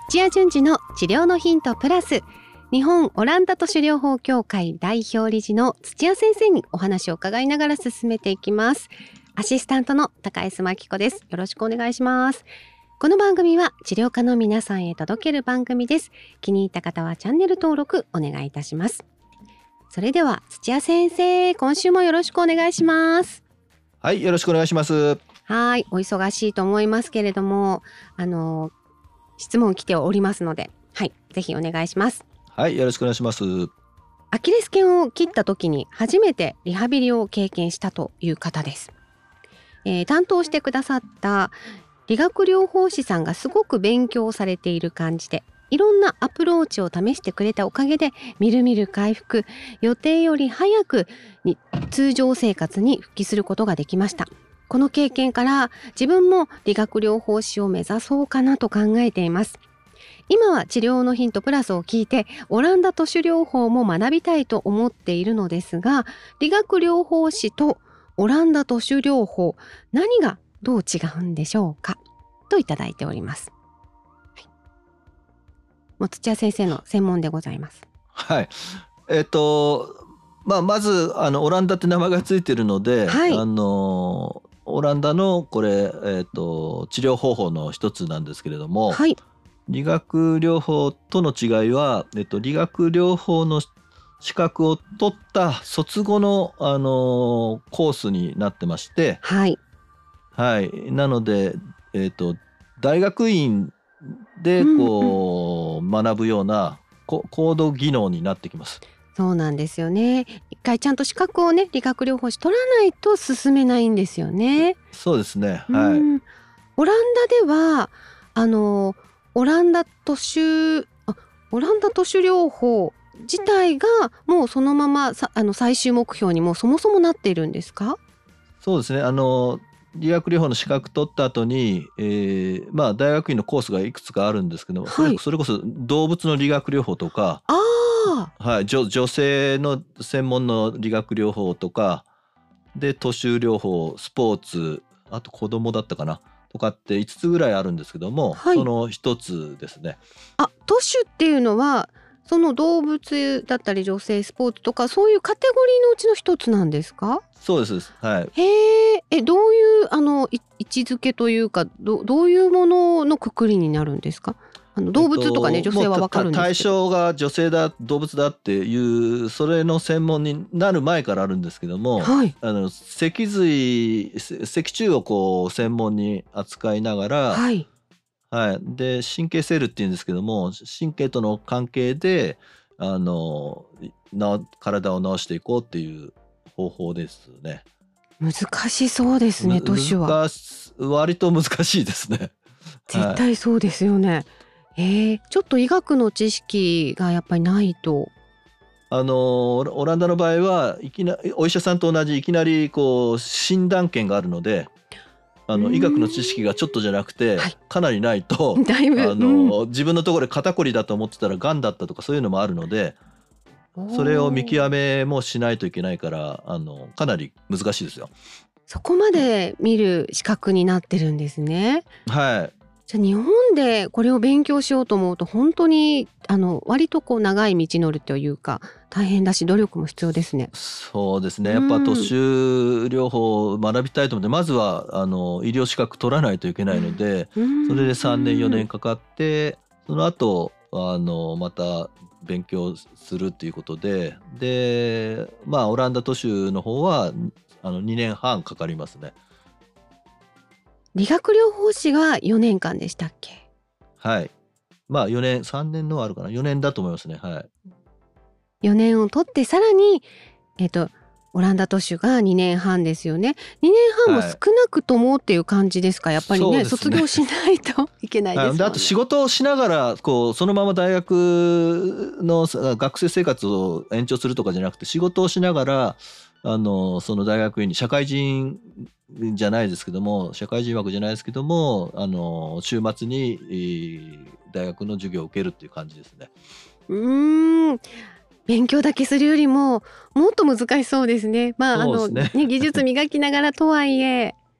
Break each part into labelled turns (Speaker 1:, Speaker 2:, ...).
Speaker 1: 土屋順次の治療のヒントプラス、日本オランダ都市療法協会代表理事の土屋先生にお話を伺いながら進めていきます。アシスタントの高江須真紀子です。よろしくお願いします。この番組は治療家の皆さんへ届ける番組です。気に入った方はチャンネル登録お願いいたします。それでは土屋先生、今週もよろしくお願いします。
Speaker 2: はい、よろしくお願いします。
Speaker 1: はい、お忙しいと思いますけれども、質問来ておりますので、はい、ぜひお願いします。
Speaker 2: はい、よろしくお願いします。
Speaker 1: アキレス腱を切った時に初めてリハビリを経験したという方です。担当してくださった理学療法士さんがすごく勉強されている感じで、いろんなアプローチを試してくれたおかげでみるみる回復、予定より早くに通常生活に復帰することができました。この経験から自分も理学療法士を目指そうかなと考えています。今は治療のヒントプラスを聞いてオランダ都市療法も学びたいと思っているのですが、理学療法士とオランダ都市療法、何がどう違うんでしょうかといただいております。土屋先生の専門でございます。
Speaker 2: はい。まずオランダって名前がついてるので、
Speaker 1: はい、
Speaker 2: オランダのこれ、治療方法の一つなんですけれども、
Speaker 1: はい、
Speaker 2: 理学療法との違いは、理学療法の資格を取った卒後の、コースになってまして、
Speaker 1: はい、
Speaker 2: はい、なので、大学院で学ぶような高度技能になってきます。
Speaker 1: そうなんですよね。一回ちゃんと資格をね、理学療法士取らないと進めないんですよね。
Speaker 2: そうですね。はい。
Speaker 1: オランダではオランダ都市療法自体がもうそのまま最終目標にもそもそもなっているんですか？
Speaker 2: そうですね。理学療法の資格取った後に、大学院のコースがいくつかあるんですけども、
Speaker 1: はい、
Speaker 2: それこそ動物の理学療法とか、はい、女性の専門の理学療法とかで、都市療法、スポーツ、あと子供だったかなとかって5つぐらいあるんですけども、
Speaker 1: はい、
Speaker 2: その一つですね。
Speaker 1: 都市っていうのはその動物だったり女性、スポーツとかそういうカテゴリーのうちの一つなんですか？
Speaker 2: そうです。はい。
Speaker 1: へえ、どういう位置づけというか、どういうもののくくりになるんですか？動物とかね、女性はわかるんですけど、
Speaker 2: 対象が女性だ、動物だっていうそれの専門になる前からあるんですけども、
Speaker 1: はい、
Speaker 2: 脊柱を専門に扱いながら、
Speaker 1: はい、
Speaker 2: はい、で神経セールっていうんですけども、神経との関係で体を治していこうっていう方法ですね。
Speaker 1: 難しそうですね、都市は。
Speaker 2: 割と難しいですね。
Speaker 1: 絶対そうですよね。ちょっと医学の知識がやっぱりないと。
Speaker 2: オランダの場合はお医者さんと同じいきなり診断権があるので、医学の知識がちょっとじゃなくて、はい、かなりないと
Speaker 1: だいぶ、
Speaker 2: 自分のところで肩こりだと思ってたらがんだったとかそういうのもあるので、それを見極めもしないといけないから、かなり難しいですよ。
Speaker 1: そこまで見る資格になってるんですね。
Speaker 2: はい。
Speaker 1: じゃあ日本でこれを勉強しようと思うと本当に割と長い道のりというか大変だし努力も必要ですね。
Speaker 2: そうですね。やっぱ都市療法を学びたいと思って、まずは医療資格取らないといけないので、それで3年4年かかって、その後また勉強するっていうことで、オランダ都市の方は2年半かかりますね。
Speaker 1: 理学療法士が4年間でしたっけ？
Speaker 2: はい。4年、3年のはあるかな。4年だと思いますね。はい。
Speaker 1: 4年を取ってさらにオランダ都市が2年半ですよね。2年半も少なくともっていう感じですか？やっぱりね、卒業しないといけないですもんね。
Speaker 2: あと仕事をしながらそのまま大学の学生生活を延長するとかじゃなくて、仕事をしながらその大学院に社会人じゃないですけども、社会人枠じゃないですけども、週末に大学の授業を受けるっていう感じですね。
Speaker 1: 勉強だけするよりももっと難しそうですね。
Speaker 2: そうですね。
Speaker 1: 技術磨きながらとはいえ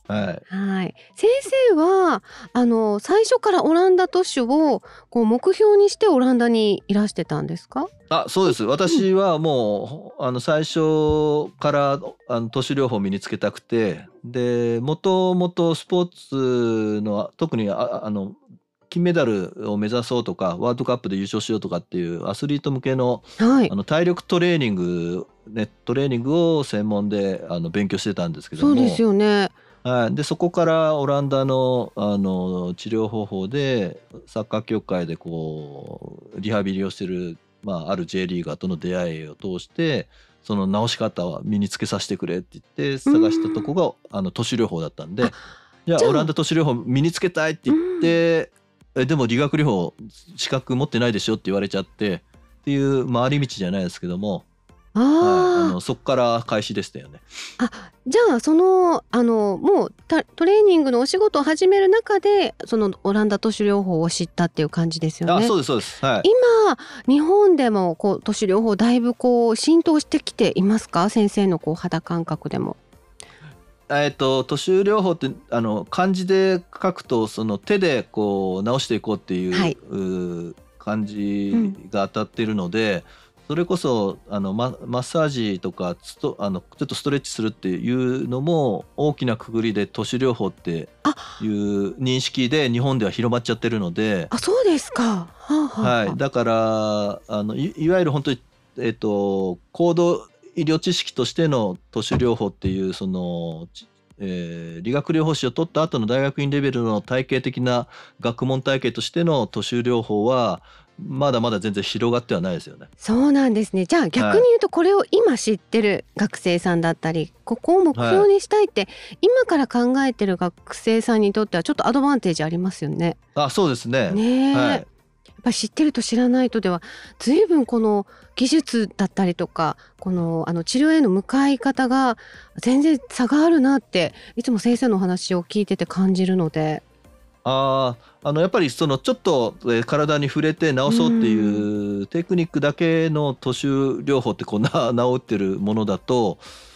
Speaker 2: はい。
Speaker 1: はい。先生は最初からオランダ都市をこう目標にしてオランダにいらしてたんですか？
Speaker 2: あ、そうです。
Speaker 1: うん。
Speaker 2: 私はもう最初から都市療法を身につけたくて、でもともとスポーツの特に金メダルを目指そうとかワールドカップで優勝しようとかっていうアスリート向けの
Speaker 1: はい。
Speaker 2: 体力トレーニング、トレーニングを専門で勉強してたんですけど
Speaker 1: そうです
Speaker 2: も、
Speaker 1: よね。
Speaker 2: はい、でそこからオランダの、治療方法でサッカー協会でこうリハビリをしてる、ある J リーガーとの出会いを通してその治し方は身につけさせてくれって言って
Speaker 1: うー
Speaker 2: 探したと
Speaker 1: ん。
Speaker 2: こが都市療法だったん
Speaker 1: あ、
Speaker 2: で、じゃあ
Speaker 1: じゃあ
Speaker 2: オランダ都市療法身につけたいって言っ
Speaker 1: うん。
Speaker 2: て、でも理学療法資格持ってないでしょって言われちゃってっていう回り道じゃないですけども、はい、
Speaker 1: あ
Speaker 2: そこから開始でしたよね。
Speaker 1: あ、じゃあもうトレーニングのお仕事を始める中でそのオランダ都市療法を知ったっていう感じですよ
Speaker 2: あ、
Speaker 1: ね。
Speaker 2: そうですそうです。はい。
Speaker 1: 今日本でもこう都市療法だいぶこう浸透してきていますか？先生のこう肌感覚でも。
Speaker 2: 都市療法って漢字で書くとその手でこう直していこうってい
Speaker 1: はい。
Speaker 2: 漢
Speaker 1: うん。
Speaker 2: 字が当たっているので、それこそマッサージとかちょっとストレッチするっていうのも大きなくくりで都市療法って
Speaker 1: あ、
Speaker 2: いう認識で日本では広まっちゃってるので、
Speaker 1: あ、そうですか。はあはあ
Speaker 2: はい、
Speaker 1: はあ。
Speaker 2: だからいわゆる本当に、高度医療知識としての都市療法っていうその、理学療法士を取った後の大学院レベルの体系的な学問体系としての都市療法はまだまだ全然広がってはないですよね。
Speaker 1: そうなんですね。じゃあ逆に
Speaker 2: は
Speaker 1: 言うとこれを今知ってる学生さんだったり、ここを目
Speaker 2: い、はい、
Speaker 1: 標にしたいって今から考えてる学生さんにとってはちょっとアドバンテージありますよね。
Speaker 2: あ、そうですね。
Speaker 1: ねえ。やっ
Speaker 2: はい、
Speaker 1: ぱり知ってると知らないとでは随分この技術だったりとかこの治療への向かい方が全然差があるなっていつも先生のお話を聞いてて感じるので。
Speaker 2: やっぱりそのちょっと体に触れて
Speaker 1: うー
Speaker 2: 治そうって
Speaker 1: ん。
Speaker 2: いうテクニックだけの都市療法ってこう治ってるものだと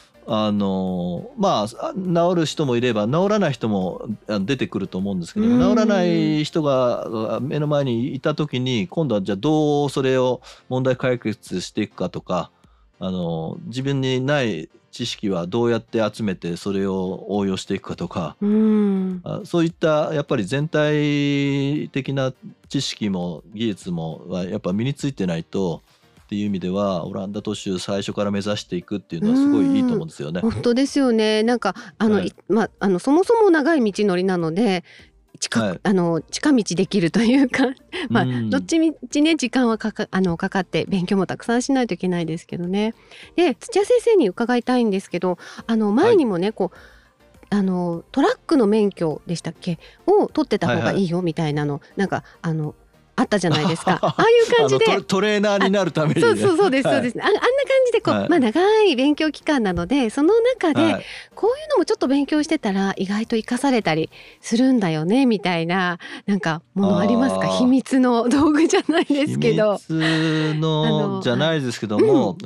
Speaker 2: 治る人もいれば治らない人も出てくると思うんですけ
Speaker 1: うー
Speaker 2: ども、治らな
Speaker 1: ん。
Speaker 2: い人が目の前にいた時に今度はじゃあどうそれを問題解決していくかとか、自分にない知識はどうやって集めてそれを応用していくかとか、
Speaker 1: うーん。
Speaker 2: そういったやっぱり全体的な知識も技術もはやっぱ身についてないとっていう意味ではオランダ都市を最初から目指していくっていう
Speaker 1: う
Speaker 2: のはすごいいいと
Speaker 1: ーん。
Speaker 2: 思うんですよね。
Speaker 1: 本当ですよね。なんか
Speaker 2: はい、
Speaker 1: そもそも長い道のりなので、近く
Speaker 2: はい。
Speaker 1: 近道できるというか
Speaker 2: う
Speaker 1: どっ
Speaker 2: ん。
Speaker 1: ちみちね時間はかかって勉強もたくさんしないといけないですけどね。で、土屋先生に伺いたいんですけど、
Speaker 2: はい。
Speaker 1: 前にもねこうトラックの免許でしたっけを取ってた
Speaker 2: はいはい。
Speaker 1: 方がいいよみたいなのなんかあったじゃないですか。ああいう感じで
Speaker 2: トレーナー
Speaker 1: あ、
Speaker 2: になるためにね。
Speaker 1: そうそうそうですそう
Speaker 2: はい。
Speaker 1: です。あんな感じでこう、
Speaker 2: はい。
Speaker 1: 長い勉強期間なので、その中で
Speaker 2: はい。
Speaker 1: こういうのもちょっと勉強してたら意外と活かされたりするんだよねみたいな、なんかものありますか？秘
Speaker 2: ああ、
Speaker 1: 密の道具じゃないで
Speaker 2: 秘
Speaker 1: すけど。
Speaker 2: 密のじゃ
Speaker 1: はい。
Speaker 2: ないですけど
Speaker 1: うん。
Speaker 2: も、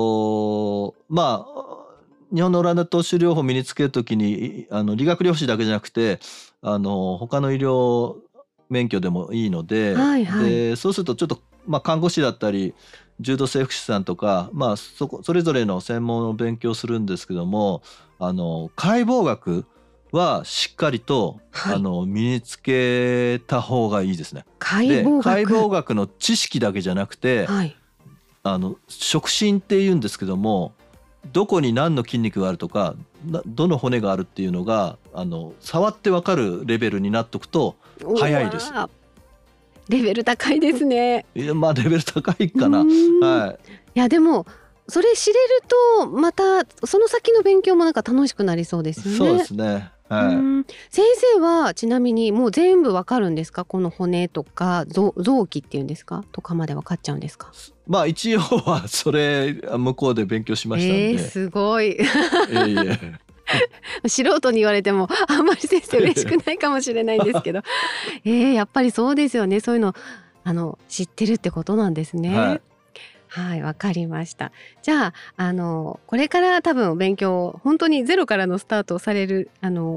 Speaker 2: 日本のオランダ都市療法を身につけるときに、理学療法士だけじゃなくて、他の医療免許でもいいので、
Speaker 1: はいはい。
Speaker 2: そうするとちょっと、看護師だったり、柔道整復師さんとか、それぞれの専門を勉強するんですけども、解剖学はしっかりと、
Speaker 1: はい。
Speaker 2: 身につけた方がいいですね。
Speaker 1: 解
Speaker 2: で、解
Speaker 1: 剖学。
Speaker 2: 剖学の知識だけじゃなくて、
Speaker 1: はい。
Speaker 2: 触診っていうんですけども、どこに何の筋肉があるとかどの骨があるっていうのが触ってわかるレベルになっとくと
Speaker 1: う
Speaker 2: 早いです。
Speaker 1: わ、レベル高いですね。
Speaker 2: いや、レベル高い
Speaker 1: う
Speaker 2: かな。
Speaker 1: ーん。い
Speaker 2: はい。
Speaker 1: やでも、それ知れると、またその先の勉強もなんか楽しくなりそうですよ
Speaker 2: そうで
Speaker 1: ね。
Speaker 2: すね。
Speaker 1: う
Speaker 2: はい。
Speaker 1: ーん。先生はちなみにもう全部わかるんですか？この骨とか、臓器っていうんですか？とかまでわかっちゃうんですか？
Speaker 2: 一応はそれ向こうで勉強しましたんで。
Speaker 1: すごい。
Speaker 2: いえいえ。
Speaker 1: 素人に言われてもあんまり先生嬉しくないかもしれないんですけど、やっぱりそうですよね。そういうの知ってるってことなんですね。
Speaker 2: はい。
Speaker 1: はい、わかりました。じゃあ、これから多分勉強本当にゼロからのスタートをされる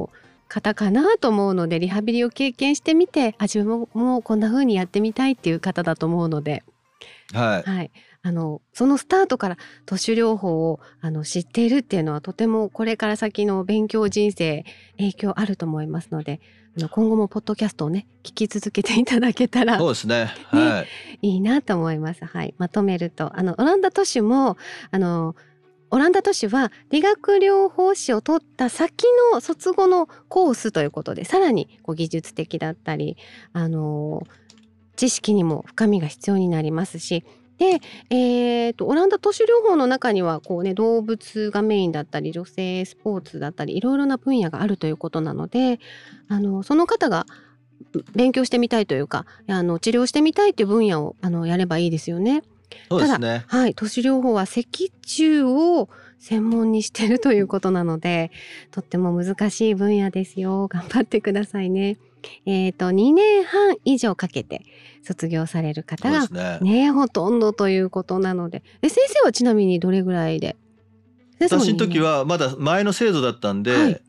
Speaker 1: 方かなと思うので、リハビリを経験してみて、自分もこんな風にやってみたいっていう方だと思うので、
Speaker 2: はい。
Speaker 1: はい、そのスタートから都市療法を知っているっていうのは、とてもこれから先の勉強人生影響あると思いますので、今後もポッドキャストをね聞き続けていただけたら
Speaker 2: そうですね。
Speaker 1: ね、
Speaker 2: はい。
Speaker 1: いいなと思います。はい、まとめるとオランダ都市もオランダ都市は理学療法士を取った先の卒後のコースということで、さらに技術的だったり知識にも深みが必要になりますし、で、オランダ都市療法の中には動物がメインだったり女性スポーツだったりいろいろな分野があるということなので、その方が勉強してみたいというか治療してみたいという分野をやればいいですよね。
Speaker 2: そうですね。
Speaker 1: ただ、はい、都市療法は脊柱を専門にしているということなので、とっても難しい分野ですよ。頑張ってくださいね。2年半以上かけて卒業される方が
Speaker 2: そうですね。
Speaker 1: ねほとんどということなので、先生はちなみにどれぐらいで？先生も
Speaker 2: 私の
Speaker 1: 2年。
Speaker 2: 時はまだ前の制度だったんで、
Speaker 1: はい、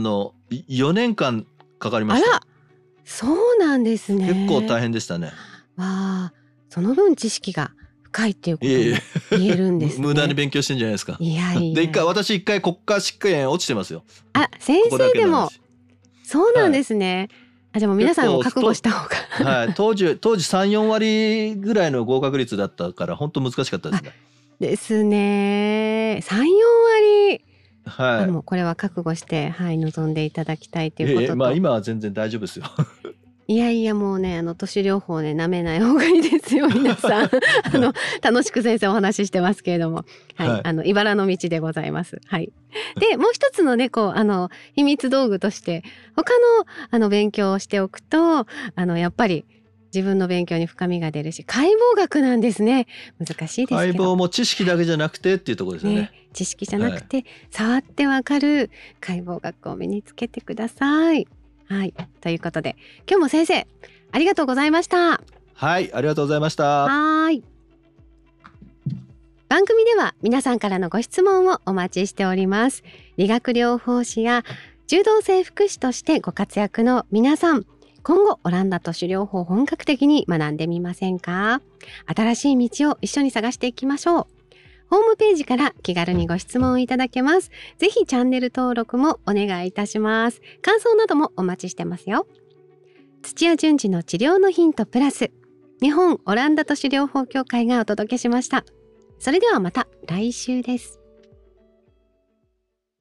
Speaker 2: 4年間かかりました。
Speaker 1: あら、そうなんですね。
Speaker 2: 結構大変でしたね。
Speaker 1: わあ、その分知識が深いっていうことも
Speaker 2: いえいえ
Speaker 1: 言えるんですね。
Speaker 2: 無駄に勉強してんじゃないですか。
Speaker 1: いやいや。
Speaker 2: で私一回国家試験落ちてますよ。
Speaker 1: 先
Speaker 2: ここだ
Speaker 1: 生でも
Speaker 2: けの話。
Speaker 1: そうなんですね。じゃあもう皆さんも覚悟した方が。
Speaker 2: はい、当時3、4割ぐらいの合格率だったから本当難しかったですね。
Speaker 1: ですね。3、4割。
Speaker 2: はい。
Speaker 1: もうこれは覚悟して、はい、臨んでいただきたいということと、
Speaker 2: 今は全然大丈夫ですよ。
Speaker 1: いやいやもうね都市療法ね舐めない方がいいですよ皆さん。楽しく先生お話ししてますけれども、はい、茨の道でございます。はい。でもう一つのね秘密道具として他の勉強をしておくとやっぱり自分の勉強に深みが出るし、解剖学なんですね。難しいですけど。
Speaker 2: 解剖も知識だけじゃなくてっていうところですよね。
Speaker 1: 知識じゃなくて、触ってわかる解剖学を身につけてください。はい、ということで今日も先生ありがとうございました。
Speaker 2: はい、ありがとうございました。
Speaker 1: はい。番組では皆さんからのご質問をお待ちしております。理学療法士や柔道整復師としてご活躍の皆さん、今後オランダ都市療法を本格的に学んでみませんか？新しい道を一緒に探していきましょう。ホームページから気軽にご質問いただけます。ぜひチャンネル登録もお願いいたします。感想などもお待ちしてますよ。土屋順次の治療のヒントプラス、日本オランダ都市療法協会がお届けしました。それではまた来週です。